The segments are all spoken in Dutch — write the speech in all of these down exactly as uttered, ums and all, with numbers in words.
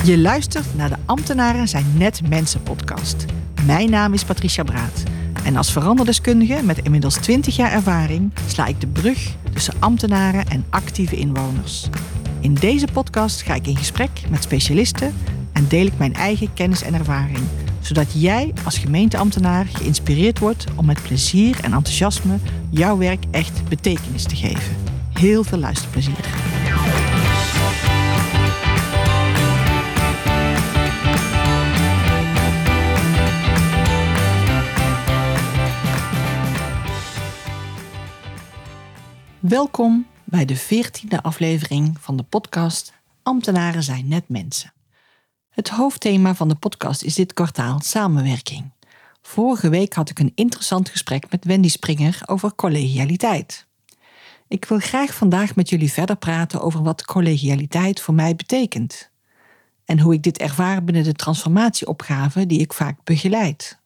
Je luistert naar de Ambtenaren zijn net mensen podcast. Mijn naam is Patricia Braat. En als veranderdeskundige met inmiddels twintig jaar ervaring sla ik de brug tussen ambtenaren en actieve inwoners. In deze podcast ga ik in gesprek met specialisten en deel ik mijn eigen kennis en ervaring. Zodat jij als gemeenteambtenaar geïnspireerd wordt om met plezier en enthousiasme jouw werk echt betekenis te geven. Heel veel luisterplezier. Welkom bij de veertiende aflevering van de podcast Ambtenaren zijn net mensen. Het hoofdthema van de podcast is dit kwartaal samenwerking. Vorige week had ik een interessant gesprek met Wendy Springer over collegialiteit. Ik wil graag vandaag met jullie verder praten over wat collegialiteit voor mij betekent. En hoe ik dit ervaar binnen de transformatieopgave die ik vaak begeleid.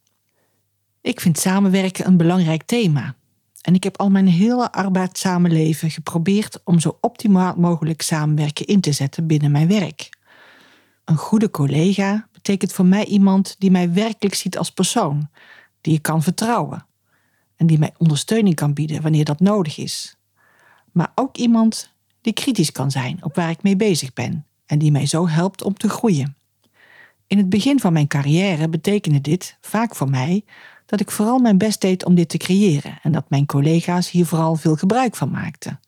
Ik vind samenwerken een belangrijk thema. En ik heb al mijn hele arbeidszame leven geprobeerd om zo optimaal mogelijk samenwerken in te zetten binnen mijn werk. Een goede collega betekent voor mij iemand die mij werkelijk ziet als persoon, die ik kan vertrouwen en die mij ondersteuning kan bieden wanneer dat nodig is. Maar ook iemand die kritisch kan zijn op waar ik mee bezig ben en die mij zo helpt om te groeien. In het begin van mijn carrière betekende dit vaak voor mij dat ik vooral mijn best deed om dit te creëren en dat mijn collega's hier vooral veel gebruik van maakten.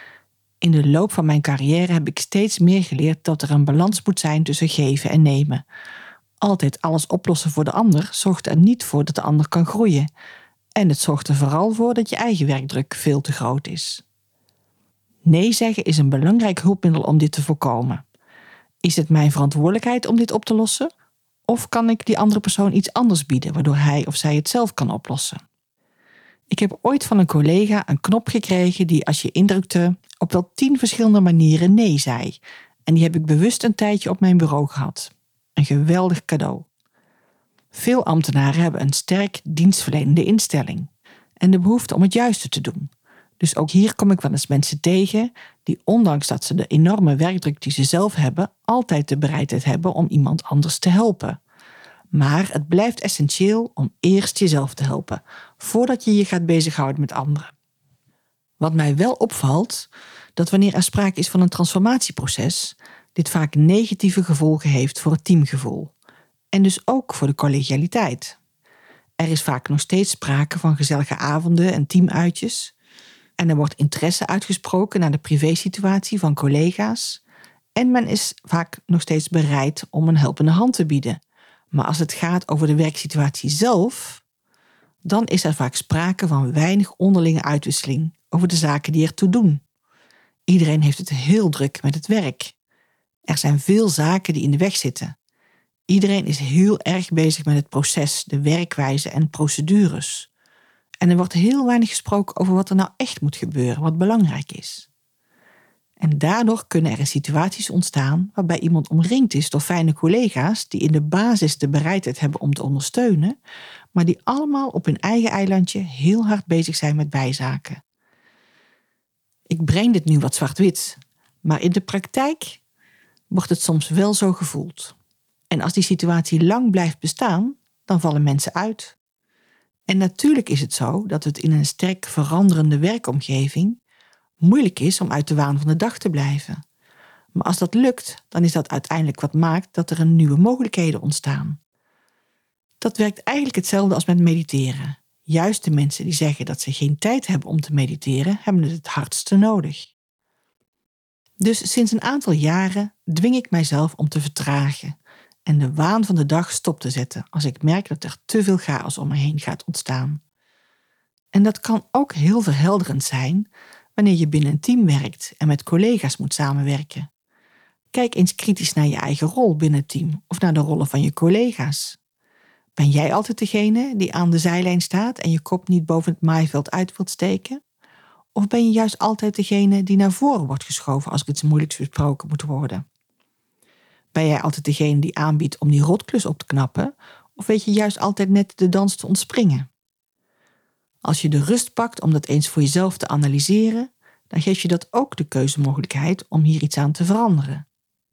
In de loop van mijn carrière heb ik steeds meer geleerd dat er een balans moet zijn tussen geven en nemen. Altijd alles oplossen voor de ander zorgt er niet voor dat de ander kan groeien. En het zorgt er vooral voor dat je eigen werkdruk veel te groot is. Nee zeggen is een belangrijk hulpmiddel om dit te voorkomen. Is het mijn verantwoordelijkheid om dit op te lossen? Of kan ik die andere persoon iets anders bieden, waardoor hij of zij het zelf kan oplossen? Ik heb ooit van een collega een knop gekregen die als je indrukte op wel tien verschillende manieren nee zei. En die heb ik bewust een tijdje op mijn bureau gehad. Een geweldig cadeau. Veel ambtenaren hebben een sterk dienstverlenende instelling en de behoefte om het juiste te doen. Dus ook hier kom ik wel eens mensen tegen die, ondanks dat ze de enorme werkdruk die ze zelf hebben, altijd de bereidheid hebben om iemand anders te helpen. Maar het blijft essentieel om eerst jezelf te helpen, voordat je je gaat bezighouden met anderen. Wat mij wel opvalt, dat wanneer er sprake is van een transformatieproces, dit vaak negatieve gevolgen heeft voor het teamgevoel. En dus ook voor de collegialiteit. Er is vaak nog steeds sprake van gezellige avonden en teamuitjes. En er wordt interesse uitgesproken naar de privésituatie van collega's. En men is vaak nog steeds bereid om een helpende hand te bieden. Maar als het gaat over de werksituatie zelf, dan is er vaak sprake van weinig onderlinge uitwisseling over de zaken die ertoe doen. Iedereen heeft het heel druk met het werk. Er zijn veel zaken die in de weg zitten. Iedereen is heel erg bezig met het proces, de werkwijze en procedures. En er wordt heel weinig gesproken over wat er nou echt moet gebeuren, wat belangrijk is. En daardoor kunnen er situaties ontstaan waarbij iemand omringd is door fijne collega's die in de basis de bereidheid hebben om te ondersteunen, maar die allemaal op hun eigen eilandje heel hard bezig zijn met bijzaken. Ik breng dit nu wat zwart-wit, maar in de praktijk wordt het soms wel zo gevoeld. En als die situatie lang blijft bestaan, dan vallen mensen uit. En natuurlijk is het zo dat het in een sterk veranderende werkomgeving moeilijk is om uit de waan van de dag te blijven. Maar als dat lukt, dan is dat uiteindelijk wat maakt dat er een nieuwe mogelijkheden ontstaan. Dat werkt eigenlijk hetzelfde als met mediteren. Juist de mensen die zeggen dat ze geen tijd hebben om te mediteren, hebben het het hardste nodig. Dus sinds een aantal jaren dwing ik mijzelf om te vertragen en de waan van de dag stop te zetten als ik merk dat er te veel chaos om me heen gaat ontstaan. En dat kan ook heel verhelderend zijn wanneer je binnen een team werkt en met collega's moet samenwerken. Kijk eens kritisch naar je eigen rol binnen het team of naar de rollen van je collega's. Ben jij altijd degene die aan de zijlijn staat en je kop niet boven het maaiveld uit wilt steken? Of ben je juist altijd degene die naar voren wordt geschoven als er iets moeilijks besproken moet worden? Ben jij altijd degene die aanbiedt om die rotklus op te knappen? Of weet je juist altijd net de dans te ontspringen? Als je de rust pakt om dat eens voor jezelf te analyseren, dan geef je dat ook de keuzemogelijkheid om hier iets aan te veranderen.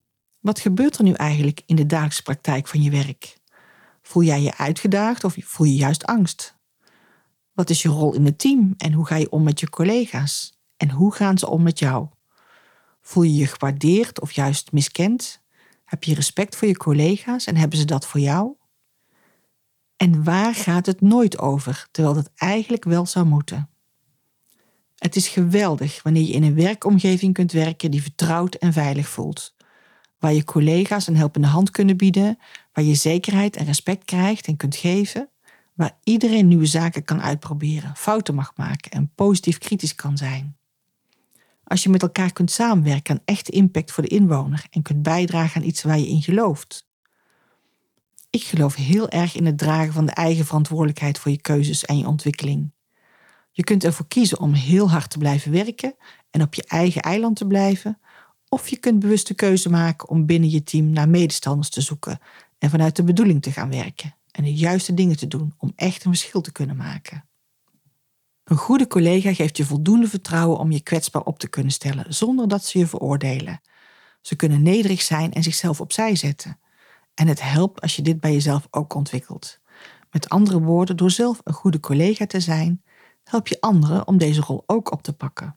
Wat gebeurt er nu eigenlijk in de dagelijkse praktijk van je werk? Voel jij je uitgedaagd of voel je juist angst? Wat is je rol in het team en hoe ga je om met je collega's? En hoe gaan ze om met jou? Voel je je gewaardeerd of juist miskend? Heb je respect voor je collega's en hebben ze dat voor jou? En waar gaat het nooit over, terwijl dat eigenlijk wel zou moeten? Het is geweldig wanneer je in een werkomgeving kunt werken die vertrouwd en veilig voelt. Waar je collega's een helpende hand kunnen bieden, waar je zekerheid en respect krijgt en kunt geven, waar iedereen nieuwe zaken kan uitproberen, fouten mag maken en positief kritisch kan zijn. Als je met elkaar kunt samenwerken aan echte impact voor de inwoner en kunt bijdragen aan iets waar je in gelooft. Ik geloof heel erg in het dragen van de eigen verantwoordelijkheid voor je keuzes en je ontwikkeling. Je kunt ervoor kiezen om heel hard te blijven werken en op je eigen eiland te blijven, of je kunt bewust de keuze maken om binnen je team naar medestanders te zoeken en vanuit de bedoeling te gaan werken en de juiste dingen te doen om echt een verschil te kunnen maken. Een goede collega geeft je voldoende vertrouwen om je kwetsbaar op te kunnen stellen zonder dat ze je veroordelen. Ze kunnen nederig zijn en zichzelf opzij zetten. En het helpt als je dit bij jezelf ook ontwikkelt. Met andere woorden, door zelf een goede collega te zijn, help je anderen om deze rol ook op te pakken.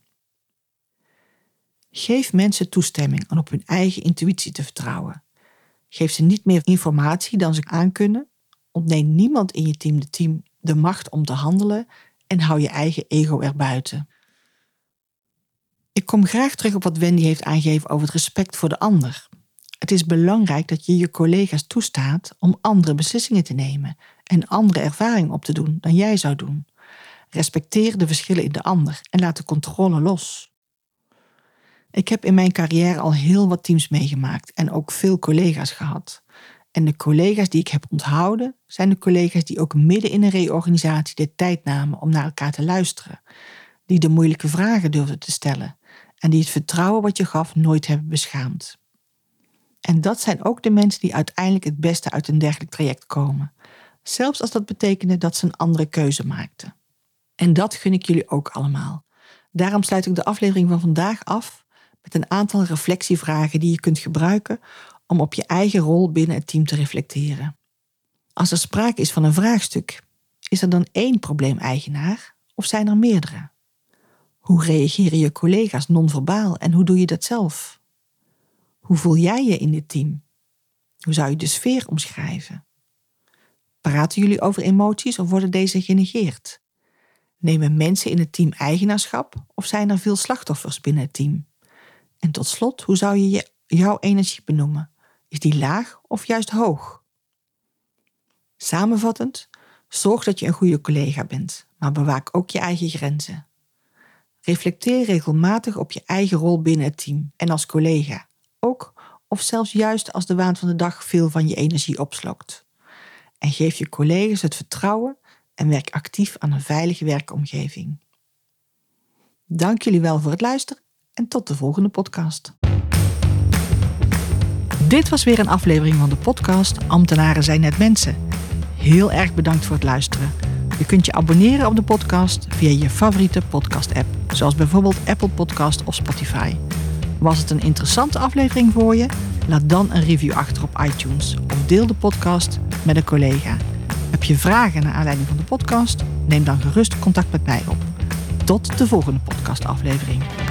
Geef mensen toestemming om op hun eigen intuïtie te vertrouwen. Geef ze niet meer informatie dan ze aankunnen. Ontneem niemand in je team de, team de macht om te handelen en hou je eigen ego erbuiten. Ik kom graag terug op wat Wendy heeft aangegeven over het respect voor de ander. Het is belangrijk dat je je collega's toestaat om andere beslissingen te nemen en andere ervaringen op te doen dan jij zou doen. Respecteer de verschillen in de ander en laat de controle los. Ik heb in mijn carrière al heel wat teams meegemaakt en ook veel collega's gehad. En de collega's die ik heb onthouden, zijn de collega's die ook midden in een reorganisatie de tijd namen om naar elkaar te luisteren. Die de moeilijke vragen durfden te stellen en die het vertrouwen wat je gaf nooit hebben beschaamd. En dat zijn ook de mensen die uiteindelijk het beste uit een dergelijk traject komen. Zelfs als dat betekende dat ze een andere keuze maakten. En dat gun ik jullie ook allemaal. Daarom sluit ik de aflevering van vandaag af met een aantal reflectievragen die je kunt gebruiken om op je eigen rol binnen het team te reflecteren. Als er sprake is van een vraagstuk, is er dan één probleemeigenaar of zijn er meerdere? Hoe reageren je collega's non-verbaal en hoe doe je dat zelf? Hoe voel jij je in dit team? Hoe zou je de sfeer omschrijven? Praten jullie over emoties of worden deze genegeerd? Nemen mensen in het team eigenaarschap of zijn er veel slachtoffers binnen het team? En tot slot, hoe zou je, je jouw energie benoemen? Is die laag of juist hoog? Samenvattend, zorg dat je een goede collega bent, maar bewaak ook je eigen grenzen. Reflecteer regelmatig op je eigen rol binnen het team en als collega, ook of zelfs juist als de waan van de dag veel van je energie opslokt. En geef je collega's het vertrouwen en werk actief aan een veilige werkomgeving. Dank jullie wel voor het luisteren en tot de volgende podcast. Dit was weer een aflevering van de podcast Ambtenaren zijn net mensen. Heel erg bedankt voor het luisteren. Je kunt je abonneren op de podcast via je favoriete podcast-app, zoals bijvoorbeeld Apple Podcast of Spotify. Was het een interessante aflevering voor je? Laat dan een review achter op iTunes of deel de podcast met een collega. Heb je vragen naar aanleiding van de podcast? Neem dan gerust contact met mij op. Tot de volgende podcastaflevering.